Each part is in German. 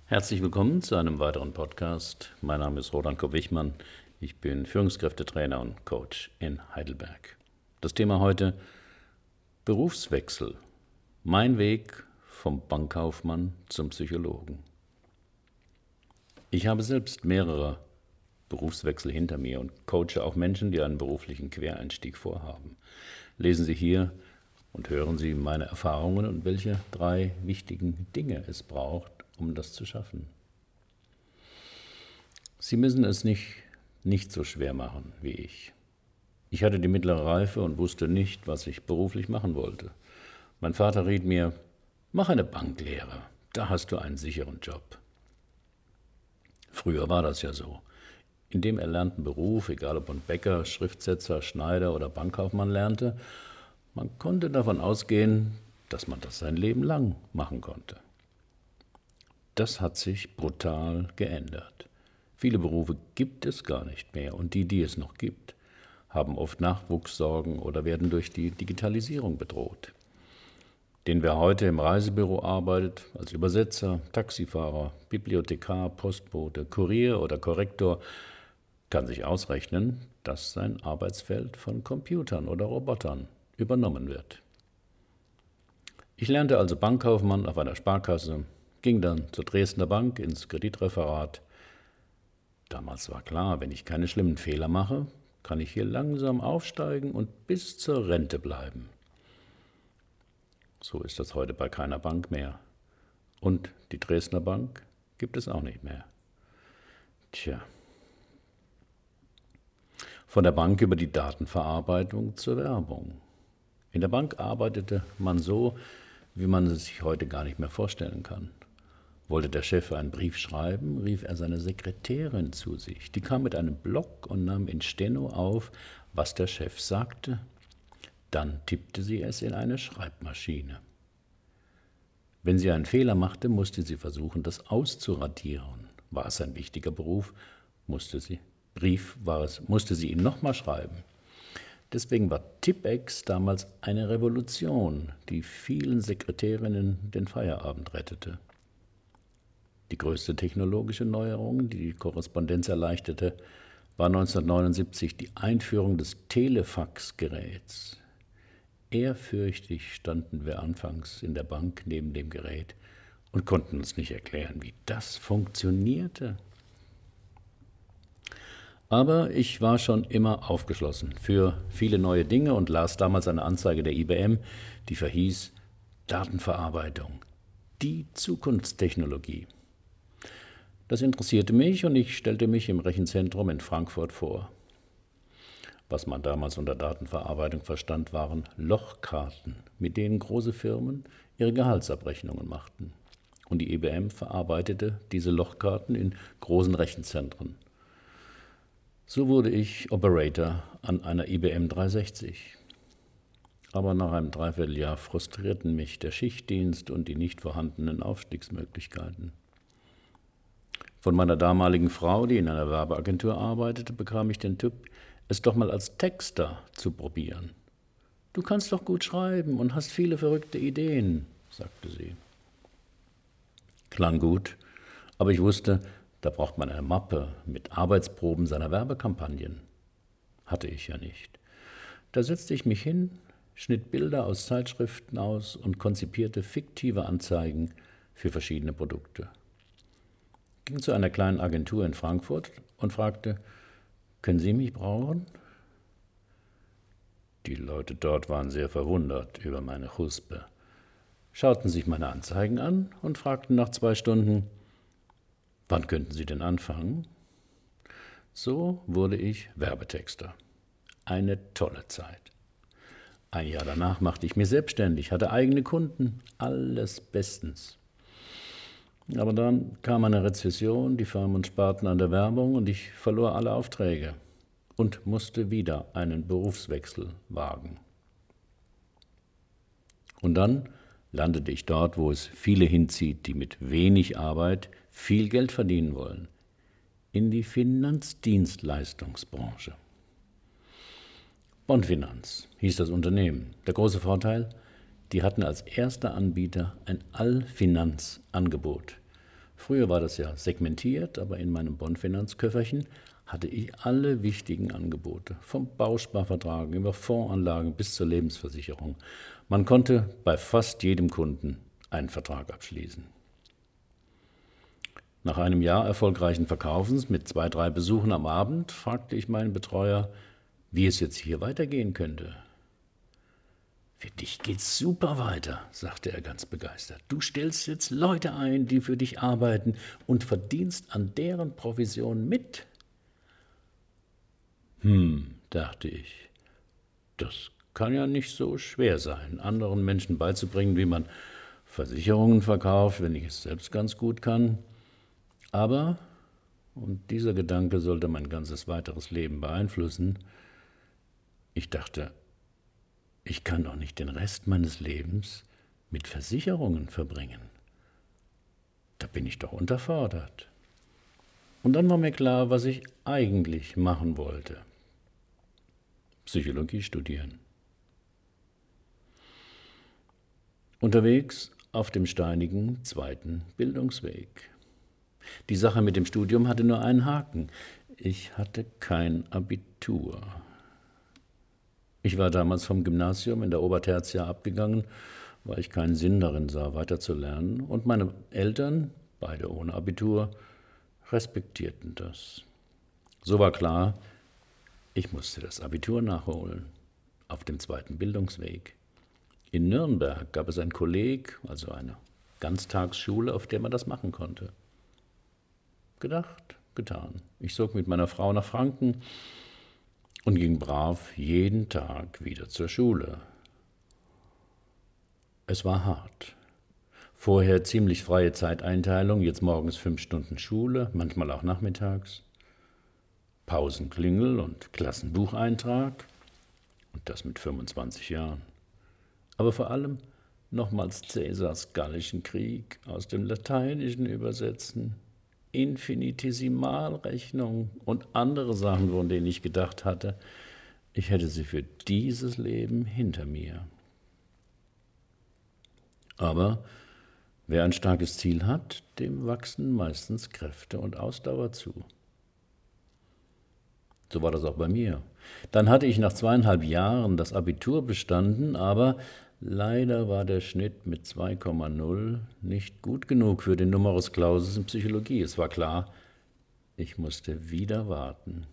Herzlich willkommen zu einem weiteren Podcast. Mein Name ist Roland Kopp-Wichmann. Ich bin Führungskräftetrainer und Coach in Heidelberg. Das Thema heute: Berufswechsel. Mein Weg vom Bankkaufmann zum Psychologen. Ich habe selbst mehrere Berufswechsel hinter mir und coache auch Menschen, die einen beruflichen Quereinstieg vorhaben. Lesen Sie hier und hören Sie meine Erfahrungen und welche 3 wichtigen Dinge es braucht, um das zu schaffen. Sie müssen es nicht so schwer machen wie ich. Ich hatte die mittlere Reife und wusste nicht, was ich beruflich machen wollte. Mein Vater riet mir: Mach eine Banklehre, da hast du einen sicheren Job. Früher war das ja so. In dem erlernten Beruf, egal ob man Bäcker, Schriftsetzer, Schneider oder Bankkaufmann lernte, man konnte davon ausgehen, dass man das sein Leben lang machen konnte. Das hat sich brutal geändert. Viele Berufe gibt es gar nicht mehr und die es noch gibt, haben oft Nachwuchssorgen oder werden durch die Digitalisierung bedroht. Wer heute im Reisebüro arbeitet, als Übersetzer, Taxifahrer, Bibliothekar, Postbote, Kurier oder Korrektor, kann sich ausrechnen, dass sein Arbeitsfeld von Computern oder Robotern übernommen wird. Ich lernte also Bankkaufmann auf einer Sparkasse, ging dann zur Dresdner Bank ins Kreditreferat. Damals war klar, wenn ich keine schlimmen Fehler mache, kann ich hier langsam aufsteigen und bis zur Rente bleiben. So ist das heute bei keiner Bank mehr. Und die Dresdner Bank gibt es auch nicht mehr. Von der Bank über die Datenverarbeitung zur Werbung. In der Bank arbeitete man so, wie man es sich heute gar nicht mehr vorstellen kann. Wollte der Chef einen Brief schreiben, rief er seine Sekretärin zu sich. Die kam mit einem Block und nahm in Steno auf, was der Chef sagte. Dann tippte sie es in eine Schreibmaschine. Wenn sie einen Fehler machte, musste sie versuchen, das auszuradieren. War es ein wichtiger Beruf, musste sie ihn nochmal schreiben. Deswegen war Tippex damals eine Revolution, die vielen Sekretärinnen den Feierabend rettete. Die größte technologische Neuerung, die die Korrespondenz erleichterte, war 1979 die Einführung des Telefaxgeräts. Ehrfürchtig standen wir anfangs in der Bank neben dem Gerät und konnten uns nicht erklären, wie das funktionierte. Aber ich war schon immer aufgeschlossen für viele neue Dinge und las damals eine Anzeige der IBM, die verhieß: Datenverarbeitung, die Zukunftstechnologie. Das interessierte mich und ich stellte mich im Rechenzentrum in Frankfurt vor. Was man damals unter Datenverarbeitung verstand, waren Lochkarten, mit denen große Firmen ihre Gehaltsabrechnungen machten. Und die IBM verarbeitete diese Lochkarten in großen Rechenzentren. So wurde ich Operator an einer IBM 360. Aber nach einem Dreivierteljahr frustrierten mich der Schichtdienst und die nicht vorhandenen Aufstiegsmöglichkeiten. Von meiner damaligen Frau, die in einer Werbeagentur arbeitete, bekam ich den Tipp, es doch mal als Texter zu probieren. Du kannst doch gut schreiben und hast viele verrückte Ideen, sagte sie. Klang gut, aber ich wusste, da braucht man eine Mappe mit Arbeitsproben seiner Werbekampagnen. Hatte ich ja nicht. Da setzte ich mich hin, schnitt Bilder aus Zeitschriften aus und konzipierte fiktive Anzeigen für verschiedene Produkte. Ging zu einer kleinen Agentur in Frankfurt und fragte: Können Sie mich brauchen? Die Leute dort waren sehr verwundert über meine Chuspe, schauten sich meine Anzeigen an und fragten nach 2 Stunden: Wann könnten Sie denn anfangen? So wurde ich Werbetexter. Eine tolle Zeit. Ein Jahr danach machte ich mich selbstständig, hatte eigene Kunden, alles bestens. Aber dann kam eine Rezession, die Firmen sparten an der Werbung und ich verlor alle Aufträge und musste wieder einen Berufswechsel wagen. Und dann landete ich dort, wo es viele hinzieht, die mit wenig Arbeit viel Geld verdienen wollen, in die Finanzdienstleistungsbranche. Bondfinanz hieß das Unternehmen. Der große Vorteil: Die hatten als erster Anbieter ein Allfinanzangebot. Früher war das ja segmentiert, aber in meinem Bond-Finanzköfferchen hatte ich alle wichtigen Angebote, vom Bausparvertrag über Fondsanlagen bis zur Lebensversicherung. Man konnte bei fast jedem Kunden einen Vertrag abschließen. Nach einem Jahr erfolgreichen Verkaufens mit 2, 3 Besuchen am Abend fragte ich meinen Betreuer, wie es jetzt hier weitergehen könnte. Für dich geht's super weiter, sagte er ganz begeistert. Du stellst jetzt Leute ein, die für dich arbeiten und verdienst an deren Provision mit. Dachte ich, das kann ja nicht so schwer sein, anderen Menschen beizubringen, wie man Versicherungen verkauft, wenn ich es selbst ganz gut kann. Aber, und dieser Gedanke sollte mein ganzes weiteres Leben beeinflussen, ich dachte, ich kann doch nicht den Rest meines Lebens mit Versicherungen verbringen. Da bin ich doch unterfordert. Und dann war mir klar, was ich eigentlich machen wollte. Psychologie studieren. Unterwegs auf dem steinigen zweiten Bildungsweg. Die Sache mit dem Studium hatte nur einen Haken. Ich hatte kein Abitur. Ich war damals vom Gymnasium in der Obertertia abgegangen, weil ich keinen Sinn darin sah, weiterzulernen. Und meine Eltern, beide ohne Abitur, respektierten das. So war klar, ich musste das Abitur nachholen, auf dem zweiten Bildungsweg. In Nürnberg gab es ein Kolleg, also eine Ganztagsschule, auf der man das machen konnte. Gedacht, getan. Ich zog mit meiner Frau nach Franken und ging brav jeden Tag wieder zur Schule. Es war hart. Vorher ziemlich freie Zeiteinteilung, jetzt morgens 5 Stunden Schule, manchmal auch nachmittags. Pausenklingel und Klassenbucheintrag. Und das mit 25 Jahren. Aber vor allem nochmals Cäsars Gallischen Krieg aus dem Lateinischen übersetzen, Infinitesimalrechnung und andere Sachen, von denen ich gedacht hatte, ich hätte sie für dieses Leben hinter mir. Aber wer ein starkes Ziel hat, dem wachsen meistens Kräfte und Ausdauer zu. So war das auch bei mir. Dann hatte ich nach 2,5 Jahren das Abitur bestanden, aber leider war der Schnitt mit 2,0 nicht gut genug für den Numerus Clausus in Psychologie. Es war klar, ich musste wieder warten.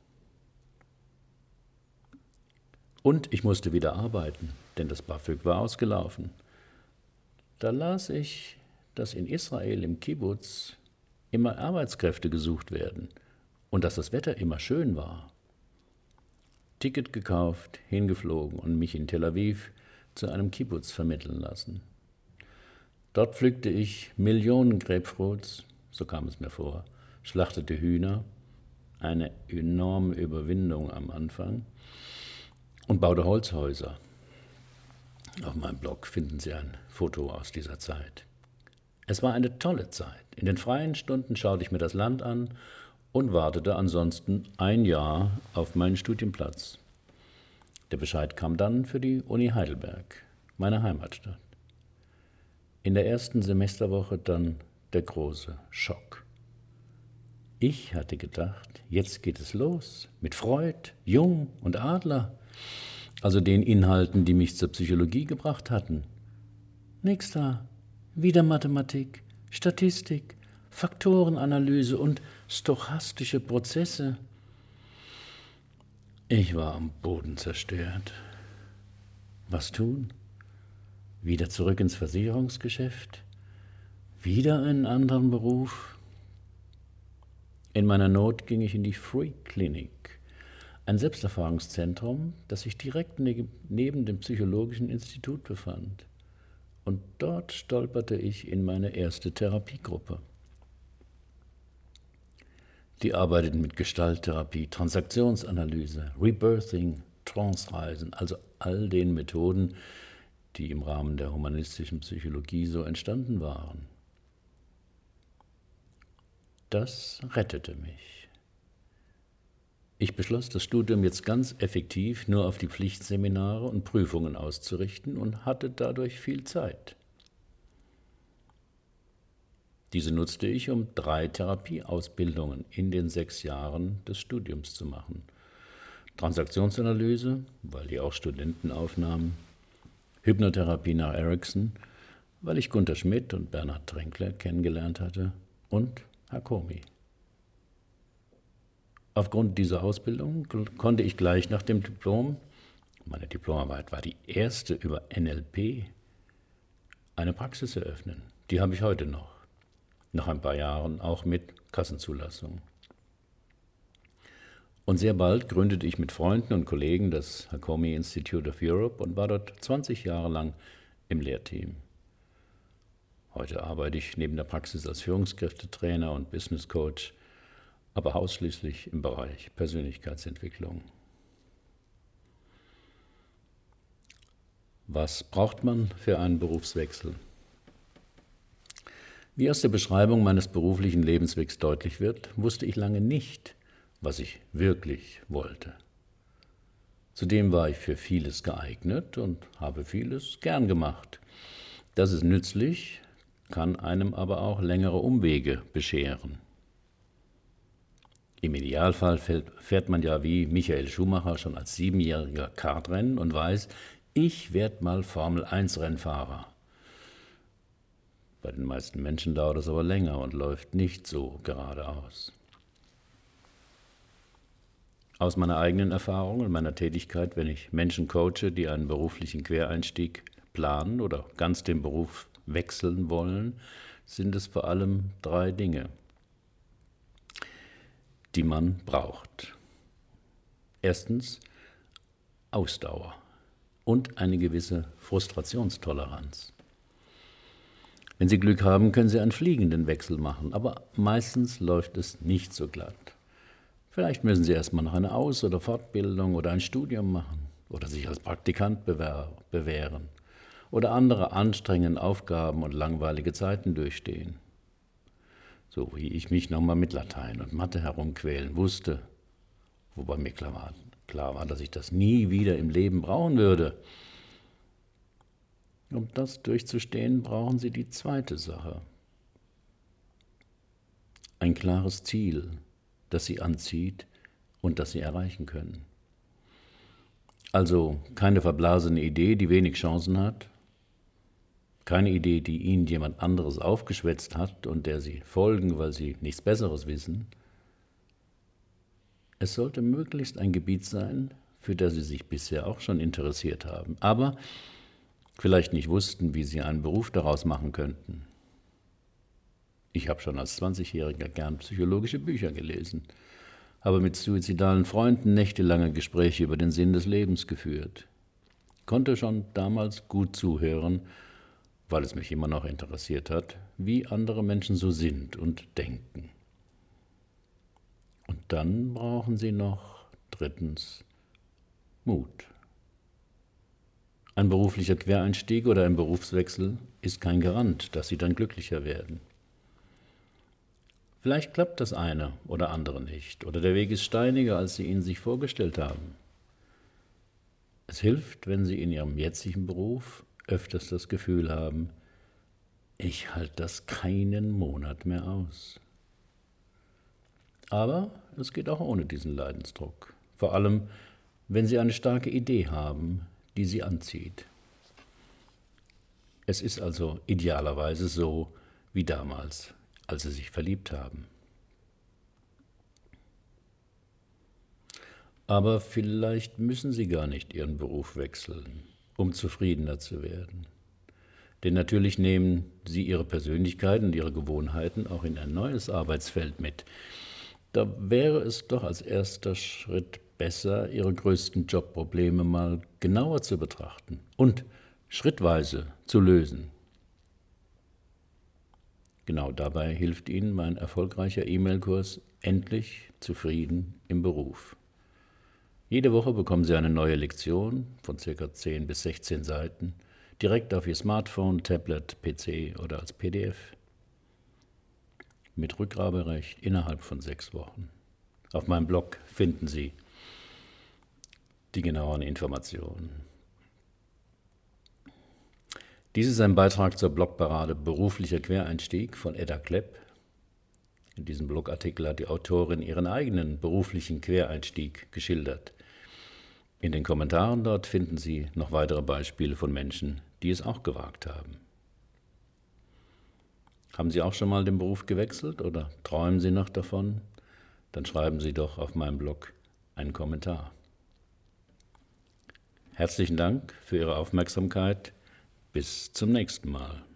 Und ich musste wieder arbeiten, denn das BAföG war ausgelaufen. Da las ich, dass in Israel im Kibbutz immer Arbeitskräfte gesucht werden und dass das Wetter immer schön war. Ticket gekauft, hingeflogen und mich in Tel Aviv zu einem Kibbutz vermitteln lassen. Dort pflückte ich Millionen Grapefruits, so kam es mir vor, schlachtete Hühner, eine enorme Überwindung am Anfang, und baute Holzhäuser. Auf meinem Blog finden Sie ein Foto aus dieser Zeit. Es war eine tolle Zeit. In den freien Stunden schaute ich mir das Land an und wartete ansonsten 1 Jahr auf meinen Studienplatz. Der Bescheid kam dann für die Uni Heidelberg, meine Heimatstadt. In der ersten Semesterwoche dann der große Schock. Ich hatte gedacht, jetzt geht es los mit Freud, Jung und Adler, also den Inhalten, die mich zur Psychologie gebracht hatten. Nix da, wieder Mathematik, Statistik, Faktorenanalyse und stochastische Prozesse. Ich war am Boden zerstört. Was tun? Wieder zurück ins Versicherungsgeschäft? Wieder einen anderen Beruf? In meiner Not ging ich in die Free Clinic, ein Selbsterfahrungszentrum, das sich direkt neben dem Psychologischen Institut befand. Und dort stolperte ich in meine erste Therapiegruppe. Die arbeiteten mit Gestalttherapie, Transaktionsanalyse, Rebirthing, Trance-Reisen, also all den Methoden, die im Rahmen der humanistischen Psychologie so entstanden waren. Das rettete mich. Ich beschloss, das Studium jetzt ganz effektiv nur auf die Pflichtseminare und Prüfungen auszurichten und hatte dadurch viel Zeit. Diese nutzte ich, um 3 Therapieausbildungen in den 6 Jahren des Studiums zu machen. Transaktionsanalyse, weil die auch Studenten aufnahmen, Hypnotherapie nach Erickson, weil ich Gunter Schmidt und Bernhard Tränkler kennengelernt hatte, und Hakomi. Aufgrund dieser Ausbildung konnte ich gleich nach dem Diplom, meine Diplomarbeit war die erste über NLP, eine Praxis eröffnen. Die habe ich heute noch, nach ein paar Jahren auch mit Kassenzulassung. Und sehr bald gründete ich mit Freunden und Kollegen das Hakomi Institute of Europe und war dort 20 Jahre lang im Lehrteam. Heute arbeite ich neben der Praxis als Führungskräftetrainer und Business Coach, aber ausschließlich im Bereich Persönlichkeitsentwicklung. Was braucht man für einen Berufswechsel? Wie aus der Beschreibung meines beruflichen Lebenswegs deutlich wird, wusste ich lange nicht, was ich wirklich wollte. Zudem war ich für vieles geeignet und habe vieles gern gemacht. Das ist nützlich, kann einem aber auch längere Umwege bescheren. Im Idealfall fährt man ja wie Michael Schumacher schon als 7-jähriger Kartrennen und weiß, ich werde mal Formel-1-Rennfahrer. Bei den meisten Menschen dauert es aber länger und läuft nicht so geradeaus. Aus meiner eigenen Erfahrung und meiner Tätigkeit, wenn ich Menschen coache, die einen beruflichen Quereinstieg planen oder ganz den Beruf wechseln wollen, sind es vor allem 3 Dinge, die man braucht. Erstens Ausdauer und eine gewisse Frustrationstoleranz. Wenn Sie Glück haben, können Sie einen fliegenden Wechsel machen, aber meistens läuft es nicht so glatt. Vielleicht müssen Sie erstmal noch eine Aus- oder Fortbildung oder ein Studium machen oder sich als Praktikant bewähren oder andere anstrengende Aufgaben und langweilige Zeiten durchstehen. So wie ich mich nochmal mit Latein und Mathe herumquälen musste, wobei mir klar war, dass ich das nie wieder im Leben brauchen würde. Um das durchzustehen, brauchen Sie die zweite Sache. Ein klares Ziel, das Sie anzieht und das Sie erreichen können. Also keine verblasene Idee, die wenig Chancen hat, keine Idee, die Ihnen jemand anderes aufgeschwätzt hat und der Sie folgen, weil Sie nichts Besseres wissen. Es sollte möglichst ein Gebiet sein, für das Sie sich bisher auch schon interessiert haben, aber vielleicht nicht wussten, wie Sie einen Beruf daraus machen könnten. Ich habe schon als 20-Jähriger gern psychologische Bücher gelesen, habe mit suizidalen Freunden nächtelange Gespräche über den Sinn des Lebens geführt, konnte schon damals gut zuhören, weil es mich immer noch interessiert hat, wie andere Menschen so sind und denken. Und dann brauchen Sie noch 3. Mut. Ein beruflicher Quereinstieg oder ein Berufswechsel ist kein Garant, dass Sie dann glücklicher werden. Vielleicht klappt das eine oder andere nicht oder der Weg ist steiniger, als Sie ihn sich vorgestellt haben. Es hilft, wenn Sie in Ihrem jetzigen Beruf öfters das Gefühl haben, ich halte das keinen Monat mehr aus. Aber es geht auch ohne diesen Leidensdruck. Vor allem, wenn Sie eine starke Idee haben, die Sie anzieht. Es ist also idealerweise so wie damals, als Sie sich verliebt haben. Aber vielleicht müssen Sie gar nicht Ihren Beruf wechseln, um zufriedener zu werden. Denn natürlich nehmen Sie Ihre Persönlichkeit und Ihre Gewohnheiten auch in ein neues Arbeitsfeld mit. Da wäre es doch als erster Schritt besser, Ihre größten Jobprobleme mal genauer zu betrachten und schrittweise zu lösen. Genau dabei hilft Ihnen mein erfolgreicher E-Mail-Kurs Endlich zufrieden im Beruf. Jede Woche bekommen Sie eine neue Lektion von ca. 10 bis 16 Seiten, direkt auf Ihr Smartphone, Tablet, PC oder als PDF. Mit Rückgaberecht innerhalb von 6 Wochen. Auf meinem Blog finden Sie die genaueren Informationen. Dies ist ein Beitrag zur Blogparade Beruflicher Quereinstieg von Edda Klepp. In diesem Blogartikel hat die Autorin ihren eigenen beruflichen Quereinstieg geschildert. In den Kommentaren dort finden Sie noch weitere Beispiele von Menschen, die es auch gewagt haben. Haben Sie auch schon mal den Beruf gewechselt oder träumen Sie noch davon? Dann schreiben Sie doch auf meinem Blog einen Kommentar. Herzlichen Dank für Ihre Aufmerksamkeit. Bis zum nächsten Mal.